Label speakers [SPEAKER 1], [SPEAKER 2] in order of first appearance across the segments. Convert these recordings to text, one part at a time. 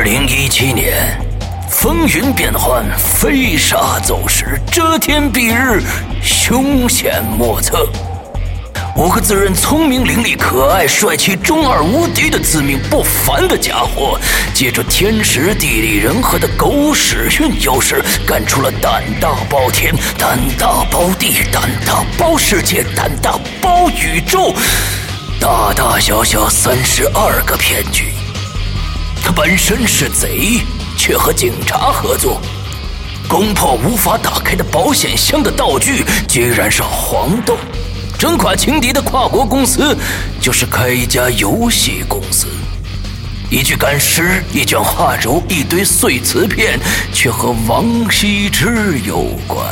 [SPEAKER 1] 2017年，风云变幻，飞沙走石，遮天蔽日，凶险莫测。5个自认聪明伶俐、可爱、帅气、中二无敌的自命不凡的家伙，借着天时地利人和的狗屎运优势，干出了胆大包天、胆大包地、胆大包世界、胆大包宇宙，大大小小32个骗局。他本身是贼，却和警察合作，攻破无法打开的保险箱的道具居然是黄豆。整垮情敌的跨国公司就是开一家游戏公司，一具干尸，一卷画轴，一堆碎瓷片，却和王羲之有关。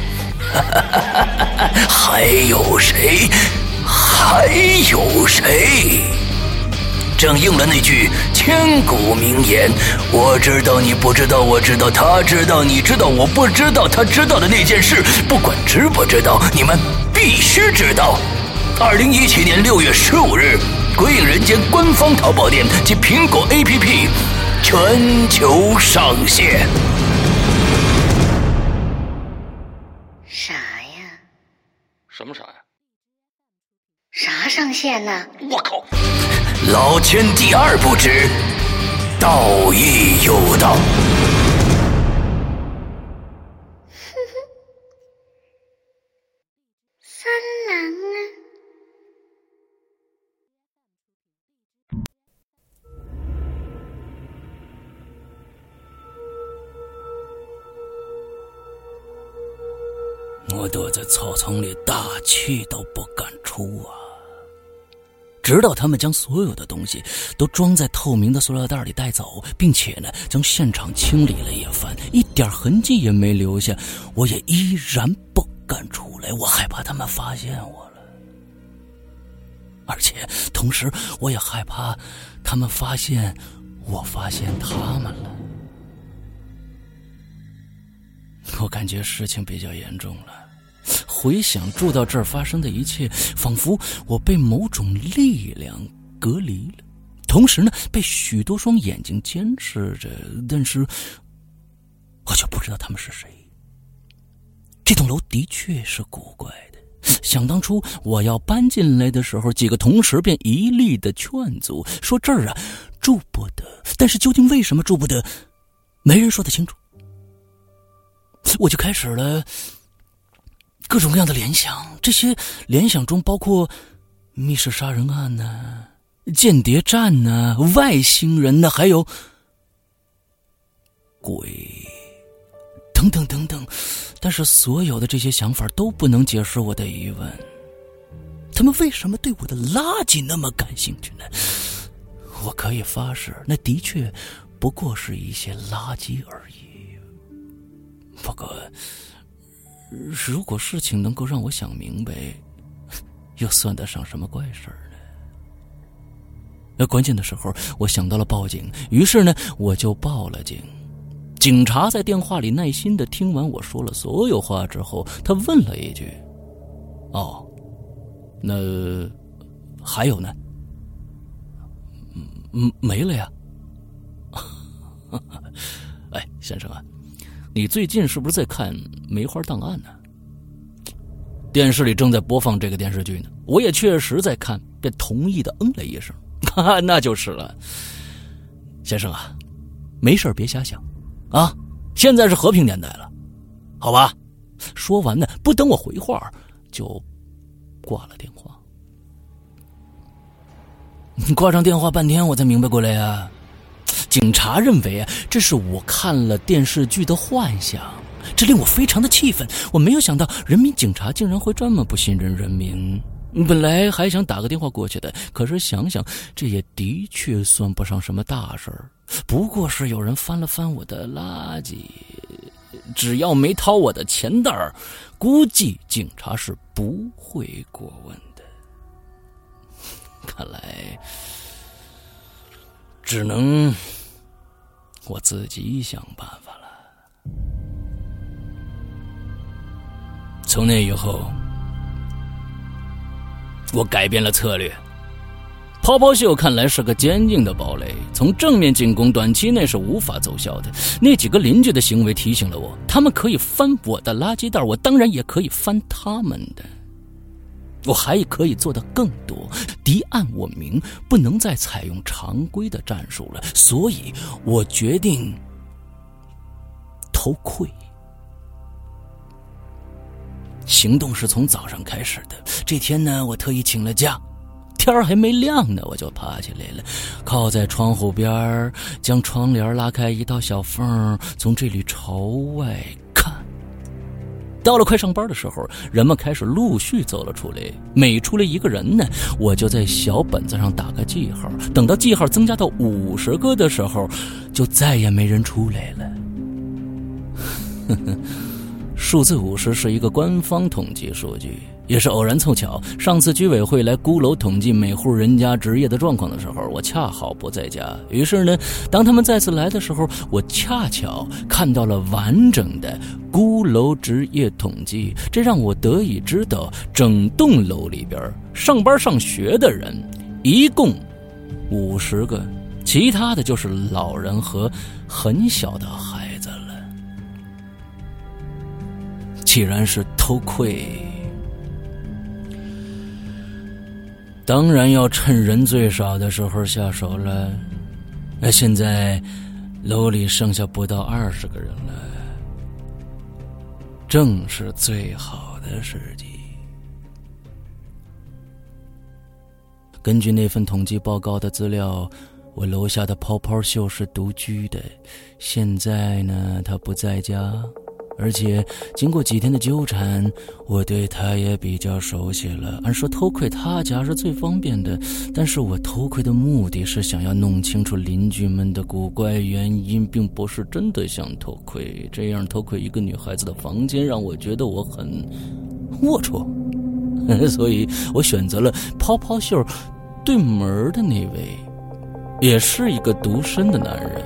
[SPEAKER 1] 还有谁？还有谁？正应了那句千古名言，我知道你不知道，我知道他知道，你知道我不知道，他知道的那件事，不管知不知道，你们必须知道。2017年6月15日，鬼影人间官方淘宝店及苹果 APP 全球上线。
[SPEAKER 2] 啥呀？
[SPEAKER 3] 什么啥呀？
[SPEAKER 2] 啥上线呢？
[SPEAKER 3] 我靠！
[SPEAKER 1] 老千第2部之道义有道。
[SPEAKER 2] 三郎啊！
[SPEAKER 1] 我躲在草丛里，大气都不敢出啊！直到他们将所有的东西都装在透明的塑料袋里带走，并且呢，将现场清理了一番，一点痕迹也没留下，我也依然不敢出来。我害怕他们发现我了，而且同时我也害怕他们发现我发现他们了。我感觉事情比较严重了。回想住到这儿发生的一切，仿佛我被某种力量隔离了，同时呢，被许多双眼睛监视着，但是我就不知道他们是谁。这栋楼的确是古怪的，想当初我要搬进来的时候，几个同事便一力的劝阻，说这儿啊住不得，但是究竟为什么住不得，没人说得清楚。我就开始了各种各样的联想，这些联想中包括密室杀人案呢、间谍战呢、外星人呢，还有鬼等等等等。但是所有的这些想法都不能解释我的疑问，他们为什么对我的垃圾那么感兴趣呢？我可以发誓，那的确不过是一些垃圾而已。不过如果事情能够让我想明白，又算得上什么怪事呢？关键的时候我想到了报警，于是呢我就报了警。警察在电话里耐心地听完我说了所有话之后，他问了一句：哦，那还有呢？没了呀。哎，先生啊，你最近是不是在看《梅花档案》呢？电视里正在播放这个电视剧呢，我也确实在看，便同意的了一声。那就是了。先生啊，没事别瞎想啊，现在是和平年代了，好吧？说完呢，不等我回话就挂了电话。挂上电话半天我才明白过来呀。警察认为啊，这是我看了电视剧的幻想，这令我非常的气愤。我没有想到人民警察竟然会这么不信任人民。本来还想打个电话过去的，可是想想这也的确算不上什么大事儿，不过是有人翻了翻我的垃圾，只要没掏我的钱袋儿，估计警察是不会过问的。看来只能我自己想办法了。从那以后，我改变了策略，
[SPEAKER 3] 泡泡袖看来是个坚硬的堡垒，从正面进攻短期内是无法奏效的。那几个邻居的行为提醒了我，他们可以翻我的垃圾袋，我当然也可以翻他们的。我还可以做得更多，敌暗我明，不能再采用常规的战术了，所以我决定偷窥。行动是从早上开始的，这天呢，我特意请了假，天儿还没亮呢，我就爬起来了，靠在窗户边，将窗帘拉开一道小缝，从这里朝外看。到了快上班的时候，人们开始陆续走了出来，每出来一个人呢，我就在小本子上打个记号，等到记号增加到50个的时候，就再也没人出来了。数字50是一个官方统计数据，也是偶然凑巧，上次居委会来孤楼统计每户人家职业的状况的时候，我恰好不在家。于是呢，当他们再次来的时候，我恰巧看到了完整的孤楼职业统计，这让我得以知道整栋楼里边上班上学的人一共50个，其他的就是老人和很小的孩子了。既然是偷窥，当然要趁人最少的时候下手了。现在楼里剩下不到20个人了，正是最好的时机。根据那份统计报告的资料，我楼下的泡泡秀是独居的，现在呢，他不在家。而且经过几天的纠缠，我对他也比较熟悉了。按说偷窥他家是最方便的，但是我偷窥的目的是想要弄清楚邻居们的古怪原因，并不是真的想偷窥。这样偷窥一个女孩子的房间，让我觉得我很龌龊，所以我选择了泡泡秀对门的那位，也是一个独身的男人。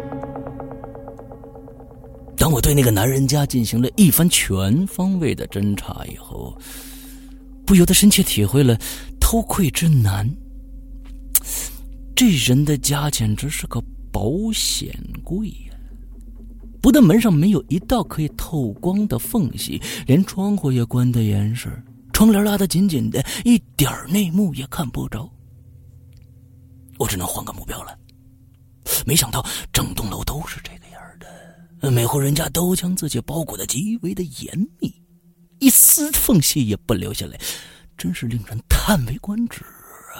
[SPEAKER 3] 当我对那个男人家进行了一番全方位的侦查以后，不由得深切体会了偷窥之难。这人的家简直是个保险柜呀！不但门上没有一道可以透光的缝隙，连窗户也关得严实，窗帘拉得紧紧的，一点内幕也看不着。我只能换个目标了。没想到整栋楼都是这个样的，每户人家都将自己包裹得极为的严密，一丝缝隙也不留下来，真是令人叹为观止啊！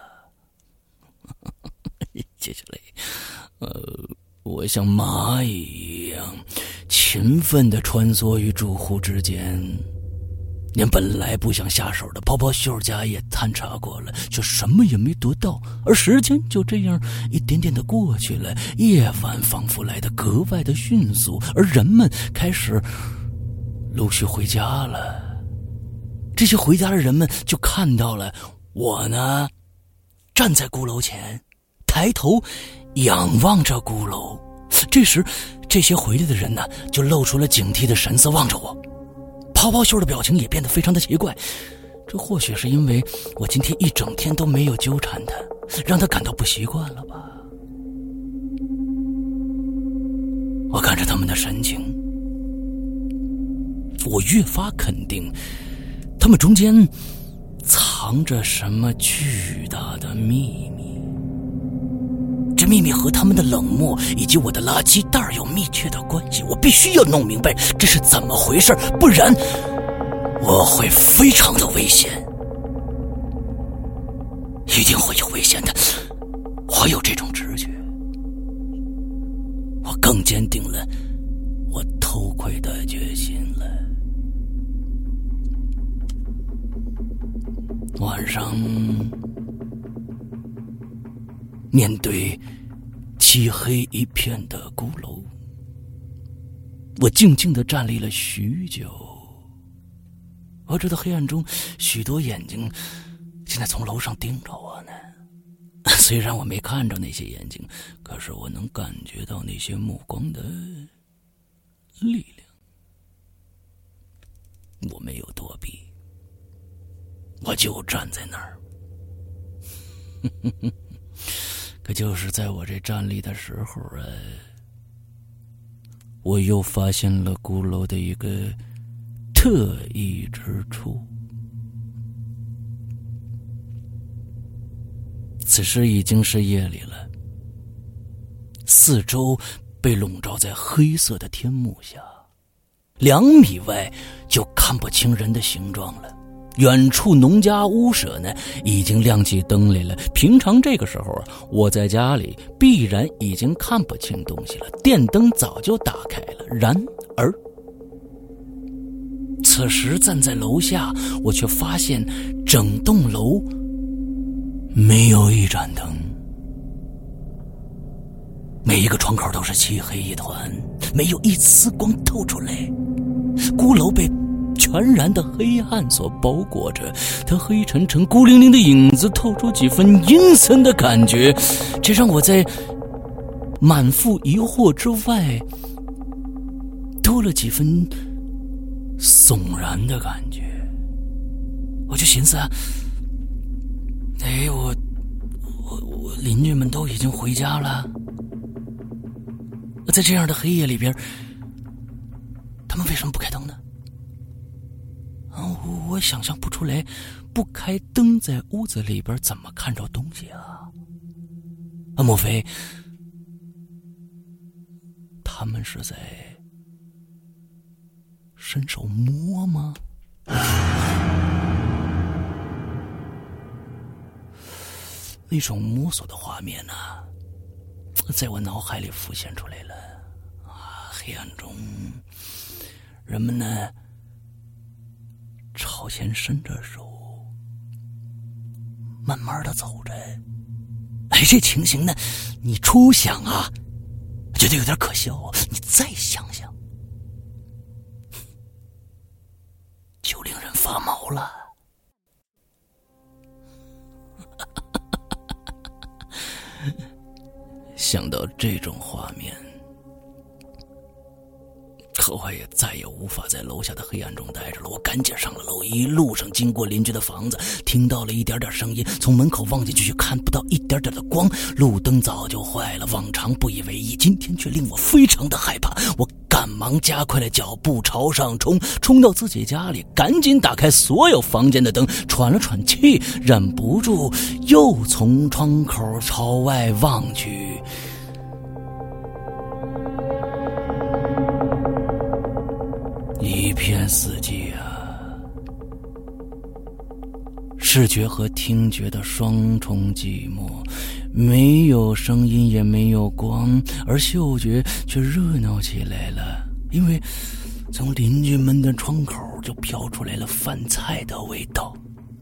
[SPEAKER 3] 接下来，我像蚂蚁一样勤奋地穿梭于住户之间，连本来不想下手的泡泡秀家也探查过了，却什么也没得到。而时间就这样一点点地过去了，夜晚仿佛来得格外的迅速，而人们开始陆续回家了。这些回家的人们就看到了我呢，站在鼓楼前，抬头仰望着鼓楼。这时这些回来的人呢，就露出了警惕的神色望着我。泡泡秀的表情也变得非常的奇怪，这或许是因为我今天一整天都没有纠缠他，让他感到不习惯了吧。我看着他们的神情，我越发肯定他们中间藏着什么巨大的秘密。这秘密和他们的冷漠以及我的垃圾袋有密切的关系，我必须要弄明白这是怎么回事，不然我会非常的危险，一定会有危险的。我有这种直觉，我更坚定了我偷窥的决心了。晚上面对漆黑一片的鼓楼，我静静地站立了许久。我知道黑暗中许多眼睛现在从楼上盯着我呢，虽然我没看着那些眼睛，可是我能感觉到那些目光的力量。我没有躲避，我就站在那儿。 可就是在我这站立的时候啊，我又发现了鼓楼的一个特异之处。此时已经是夜里了，四周被笼罩在黑色的天幕下，2米外就看不清人的形状了。远处农家屋舍呢，已经亮起灯来了。平常这个时候我在家里必然已经看不清东西了，电灯早就打开了。然而此时站在楼下，我却发现整栋楼没有一盏灯，每一个窗口都是漆黑一团，没有一丝光透出来。孤楼被全然的黑暗所包裹着，它黑沉沉孤零零的影子透出几分阴森的感觉，这让我在满腹疑惑之外多了几分悚然的感觉。我就寻思啊，我邻居们都已经回家了，在这样的黑夜里边，他们为什么不开灯呢？我想象不出来，不开灯在屋子里边怎么看着东西啊？莫非他们是在伸手摸吗？那种摸索的画面呢，在我脑海里浮现出来了。黑暗中，人们呢朝前伸着手，慢慢的走着。这情形呢，你初想啊，觉得有点可笑，你再想想，就令人发毛了。想到这种画面，可我也再也无法在楼下的黑暗中待着了。我赶紧上了楼，一路上经过邻居的房子，听到了一点点声音，从门口望进去却看不到一点点的光，路灯早就坏了。往常不以为意，今天却令我非常的害怕。我赶忙加快了脚步朝上冲到自己家里，赶紧打开所有房间的灯，喘了喘气，忍不住又从窗口朝外望去。一片死寂啊，视觉和听觉的双重寂寞，没有声音也没有光，而嗅觉却热闹起来了，因为从邻居们的窗口就飘出来了饭菜的味道。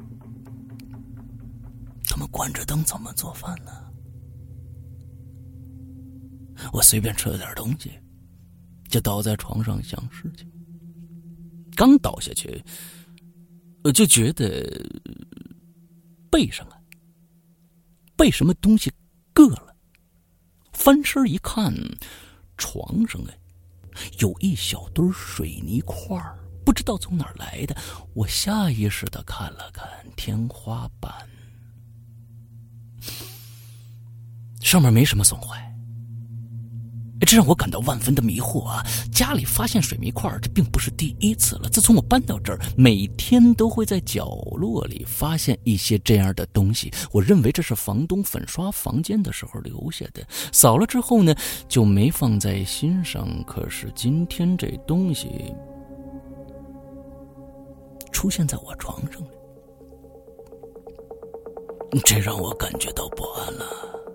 [SPEAKER 3] 他们关着灯怎么做饭呢？我随便吃了点东西，就倒在床上想事情。刚倒下去，就觉得背上被什么东西硌了。翻身一看，床上有一小堆水泥块，不知道从哪儿来的。我下意识地看了看天花板，上面没什么损坏。这让我感到万分的迷惑啊！家里发现水泥块，这并不是第一次了。自从我搬到这儿，每天都会在角落里发现一些这样的东西。我认为这是房东粉刷房间的时候留下的，扫了之后呢，就没放在心上。可是今天这东西出现在我床上了，这让我感觉到不安了。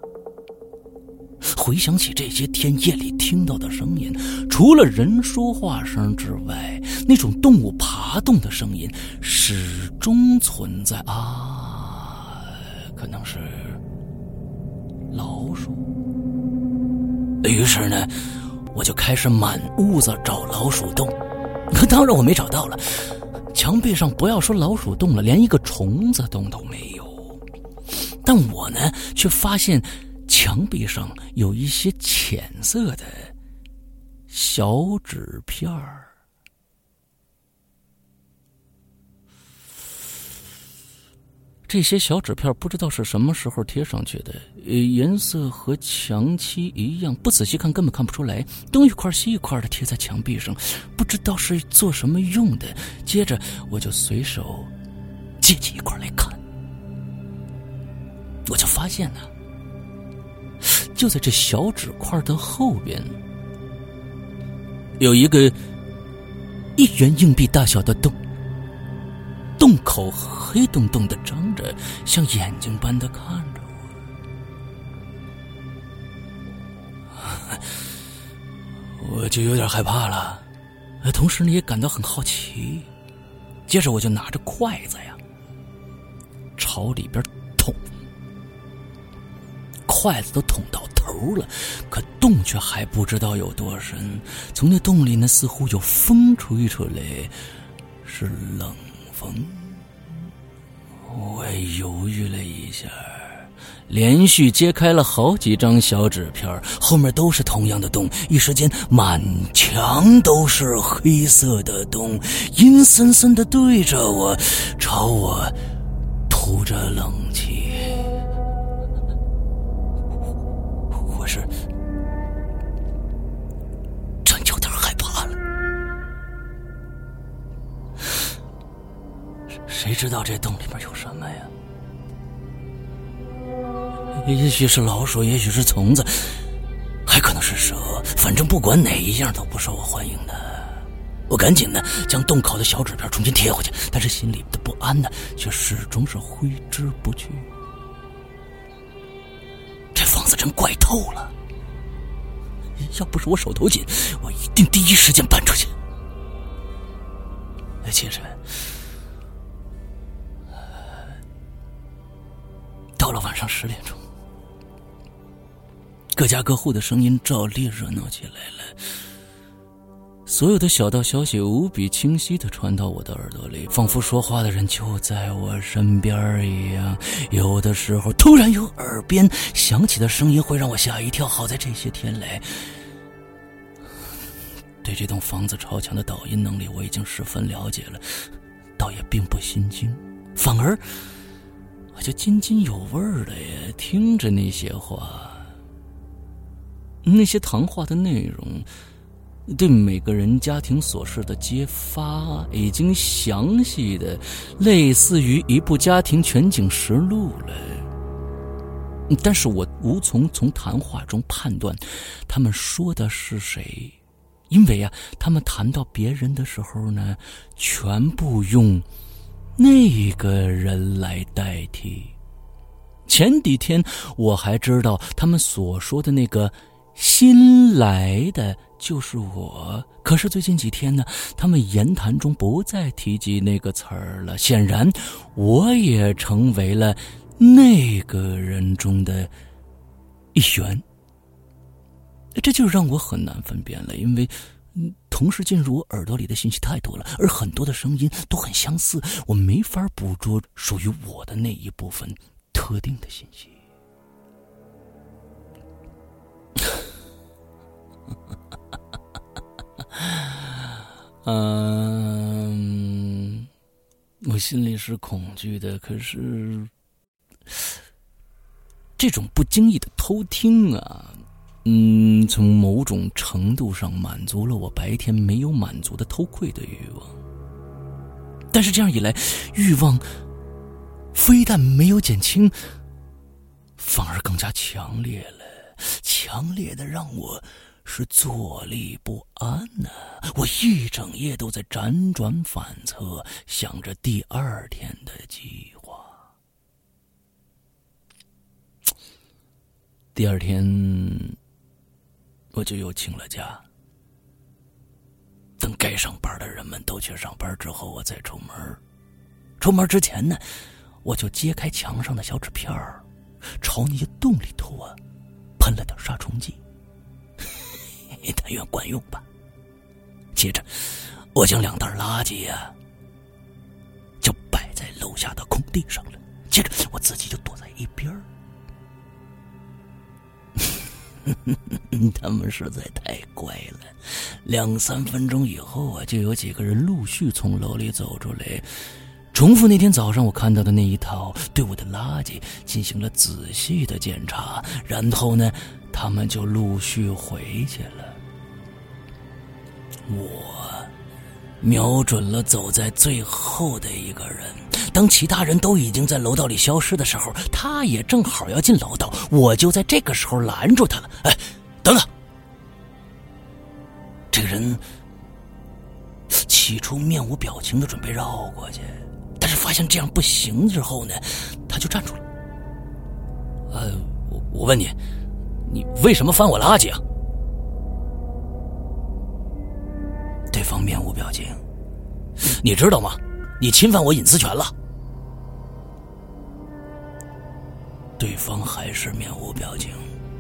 [SPEAKER 3] 回想起这些天夜里听到的声音，除了人说话声之外，那种动物爬动的声音始终存在啊，可能是老鼠。于是呢，我就开始满屋子找老鼠洞，可当然我没找到了。墙壁上不要说老鼠洞了，连一个虫子洞都没有。但我呢，却发现墙壁上有一些浅色的小纸片儿。 这些小纸片不知道是什么时候贴上去的，颜色和墙漆一样，不仔细看根本看不出来，东一块西一块的贴在墙壁上，不知道是做什么用的。接着我就随手借起一块来看，我就发现呢，就在这小纸块的后边有一个1元硬币大小的洞，洞口黑洞洞的张着，像眼睛般的看着我，我就有点害怕了，同时呢也感到很好奇。接着我就拿着筷子呀朝里边捅，筷子都捅到头了，可洞却还不知道有多深。从那洞里呢似乎有风吹出来，是冷风。我犹豫了一下，连续揭开了好几张小纸片，后面都是同样的洞，一时间满墙都是黑色的洞，阴森森的对着我，朝我吐着冷气。我是真有点害怕了。谁知道这洞里面有什么呀？也许是老鼠，也许是虫子，还可能是蛇，反正不管哪一样都不受我欢迎的。我赶紧的将洞口的小纸片重新贴回去，但是心里的不安呢却始终是挥之不去。这房子真怪透了，要不是我手头紧，我一定第一时间搬出去。其实到了晚上10点钟，各家各户的声音照例热闹起来了，所有的小道消息无比清晰地传到我的耳朵里，仿佛说话的人就在我身边一样。有的时候突然有耳边响起的声音会让我吓一跳，好在这些天来对这栋房子超强的导音能力我已经十分了解了，倒也并不心惊，反而我就津津有味的也听着那些话，那些谈话的内容对每个人家庭琐事的揭发已经详细的类似于一部家庭全景实录了。但是我无从从谈话中判断他们说的是谁，因为他们谈到别人的时候呢，全部用那个人来代替。前几天我还知道他们所说的那个新来的就是我，可是最近几天呢，他们言谈中不再提及那个词儿了，显然我也成为了那个人中的一员。这就让我很难分辨了，因为同时进入我耳朵里的信息太多了，而很多的声音都很相似，我没法捕捉属于我的那一部分特定的信息。我心里是恐惧的，可是这种不经意的偷听从某种程度上满足了我白天没有满足的偷窥的欲望。但是这样一来，欲望非但没有减轻，反而更加强烈了，强烈的让我是坐立不安呢。我一整夜都在辗转反侧，想着第二天的计划。第二天我就又请了假，等该上班的人们都去上班之后，我再出门。出门之前呢，我就揭开墙上的小纸片儿，朝那些洞里头喷了点杀虫剂，但愿管用吧。接着我将2袋垃圾就摆在楼下的空地上了，接着我自己就躲在一边。他们实在太乖了，2-3分钟以后就有几个人陆续从楼里走出来， 重复那天早上我看到的那一套，对我的垃圾进行了仔细的检查，然后呢，他们就陆续回去了。我瞄准了走在最后的一个人，当其他人都已经在楼道里消失的时候，他也正好要进楼道，我就在这个时候拦住他了。哎，等等！这个人起初面无表情的准备绕过去，但是发现这样不行之后呢，他就站住了。我问你，你为什么翻我垃圾啊？对方面无表情。你知道吗？你侵犯我隐私权了。对方还是面无表情。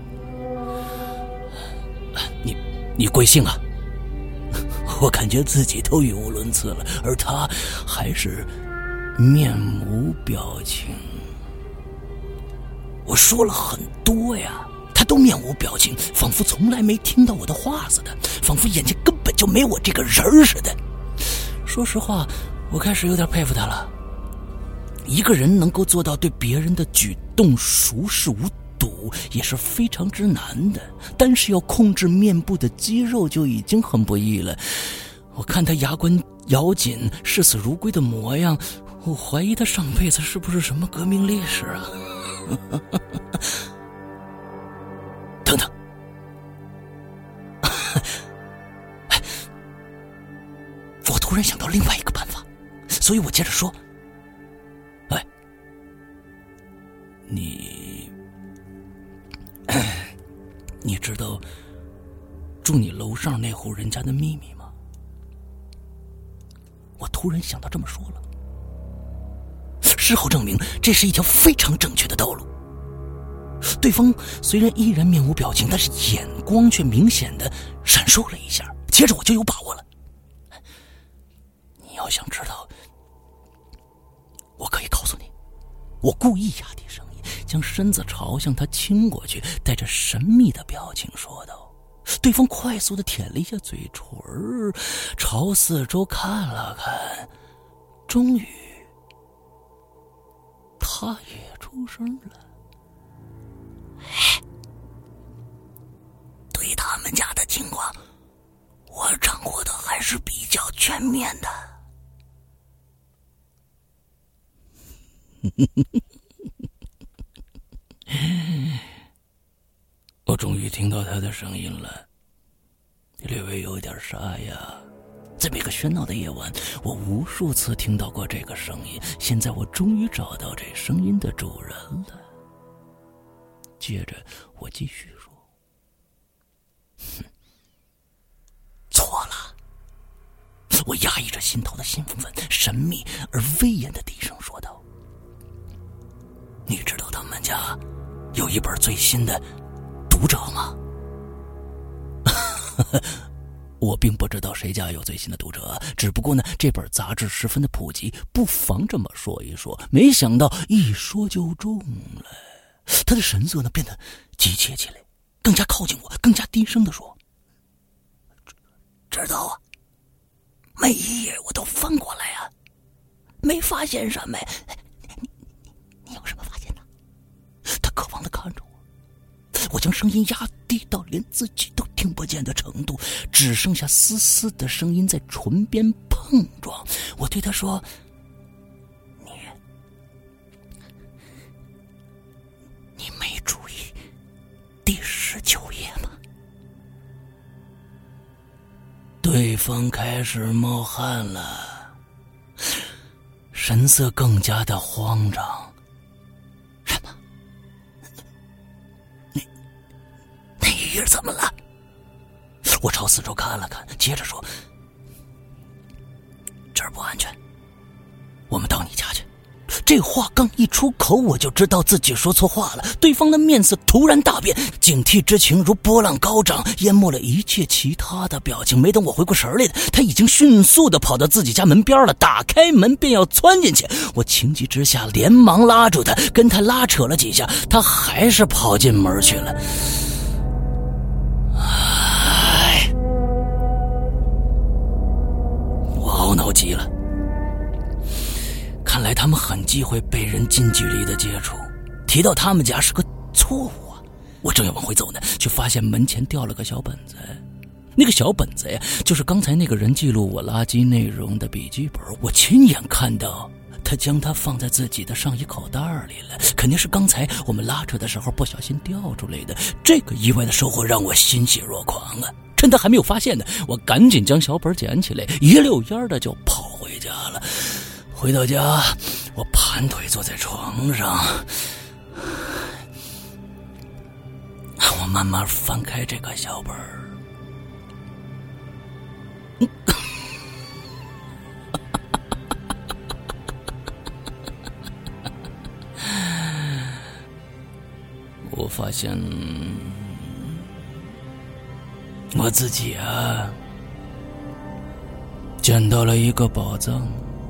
[SPEAKER 3] 你贵姓啊？我感觉自己都语无伦次了，而他还是面无表情。我说了很多呀，他都面无表情，仿佛从来没听到我的话似的，仿佛眼前根本就没我这个人似的。说实话，我开始有点佩服他了。一个人能够做到对别人的举动熟视无睹也是非常之难的，但是要控制面部的肌肉就已经很不易了。我看他牙关咬紧视死如归的模样，我怀疑他上辈子是不是什么革命烈士啊。等等，我突然想到另外一个办法，所以我接着说，哎，你知道住你楼上那户人家的秘密吗？我突然想到这么说了。事后证明，这是一条非常正确的道路。对方虽然依然面无表情，但是眼光却明显的闪烁了一下。接着我就有把握了。你要想知道，我可以告诉你，我故意压低声音，将身子朝向他倾过去，带着神秘的表情说道。对方快速的舔了一下嘴唇，朝四周看了看，终于他也出声了。对他们家的情况，我掌握的还是比较全面的。我终于听到他的声音了，略微有点沙哑。在每个喧闹的夜晚，我无数次听到过这个声音，现在我终于找到这声音的主人了。接着我继续说，错了。我压抑着心头的兴奋，神秘而威严的低声说道，你知道他们家有一本最新的读者吗？我并不知道谁家有最新的读者，只不过呢，这本杂志十分的普及，不妨这么说一说。没想到一说就中了。他的神色呢变得急切起来，更加靠近我，更加低声地说，知道啊，每一页我都翻过来啊，没发现什么。你有什么发现呢？他渴望地看着我，我将声音压低到连自己都听不见的程度，只剩下丝丝的声音在唇边碰撞。我对他说，你没注意第19页吗？对方开始冒汗了，神色更加的慌张。什么？那一页怎么了？我朝四周看了看，接着说，这儿不安全，我们到你家去。这话刚一出口，我就知道自己说错话了。对方的面色突然大变，警惕之情如波浪高涨，淹没了一切其他的表情。没等我回过神来，他已经迅速地跑到自己家门边了，打开门便要窜进去。我情急之下连忙拉住他，跟他拉扯了几下，他还是跑进门去了。我懊恼极了。 来他们很忌讳被人近距离的接触，提到他们家是个错误啊。我正要往回走呢，却发现门前掉了个小本子。那个小本子呀，就是刚才那个人记录我垃圾内容的笔记本。我亲眼看到他将它放在自己的上衣口袋里了，肯定是刚才我们拉扯的时候不小心掉出来的。这个意外的收获让我欣喜若狂啊！趁他还没有发现呢，我赶紧将小本捡起来，一溜烟的就跑回家了。回到家，我盘腿坐在床上，我慢慢翻开这个小本儿。我发现我自己啊，捡到了一个宝藏。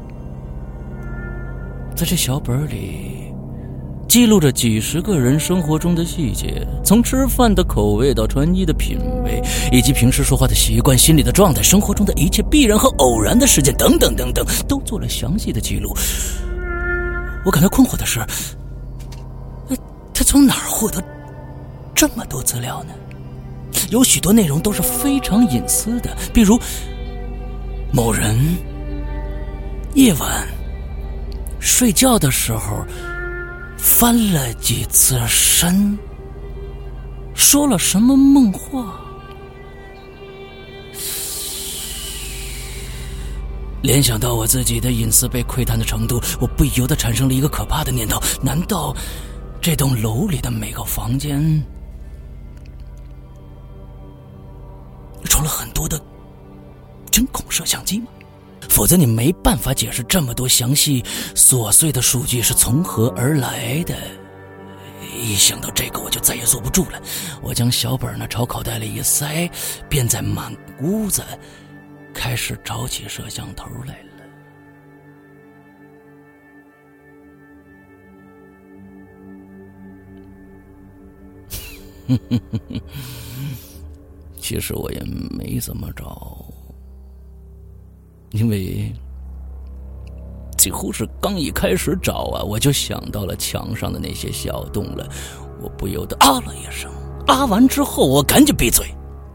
[SPEAKER 3] 在这小本里记录着几十个人生活中的细节，从吃饭的口味到穿衣的品味，以及平时说话的习惯、心理的状态、生活中的一切必然和偶然的事件等等等等，都做了详细的记录。我感到困惑的是，他从哪儿获得这么多资料呢？有许多内容都是非常隐私的，比如某人夜晚睡觉的时候翻了几次身，说了什么梦话。联想到我自己的隐私被窥探的程度，我不由得产生了一个可怕的念头：难道这栋楼里的每个房间装了很多的针孔摄像机吗？否则你没办法解释这么多详细琐碎的数据是从何而来的。一想到这个，我就再也坐不住了。我将小本呢朝口袋里一塞，便在满屋子开始找起摄像头来了。其实我也没怎么找，因为几乎是刚一开始找啊，我就想到了墙上的那些小洞了。我不由得啊了一声，啊完之后我赶紧闭嘴。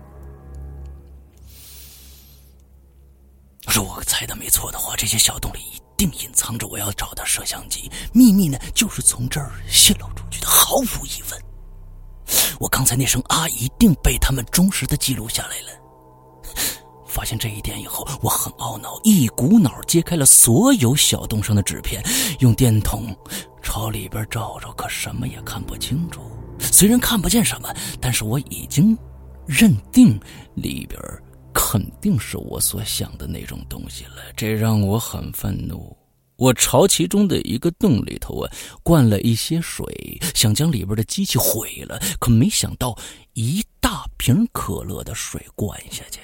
[SPEAKER 3] 如果我猜的没错的话，这些小洞里一定隐藏着我要找的摄像机，秘密呢就是从这儿泄露出去的，毫无疑问。我刚才那声啊一定被他们忠实的记录下来了。发现这一点以后，我很懊恼，一股脑揭开了所有小洞上的纸片，用电筒朝里边照照，可什么也看不清楚。虽然看不见什么，但是我已经认定里边肯定是我所想的那种东西了，这让我很愤怒。我朝其中的一个洞里头灌了一些水，想将里边的机器毁了，可没想到一大瓶可乐的水灌下去，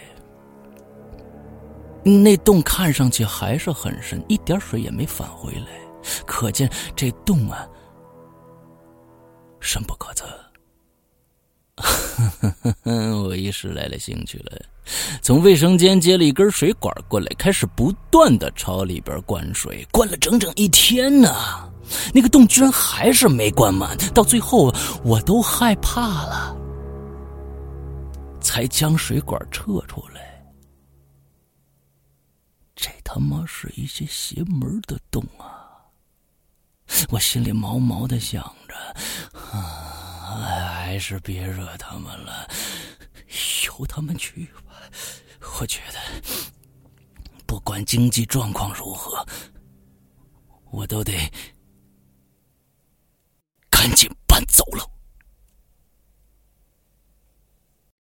[SPEAKER 3] 那洞看上去还是很深，一点水也没返回来，可见这洞啊深不可测。我一时来了兴趣了，从卫生间接了一根水管过来，开始不断的朝里边灌水，灌了整整一天呢，那个洞居然还是没灌满，到最后我都害怕了，才将水管撤出来。这他妈是一些邪门的洞啊！我心里毛毛的想着，还是别惹他们了，由他们去吧。我觉得不管经济状况如何，我都得赶紧搬走了。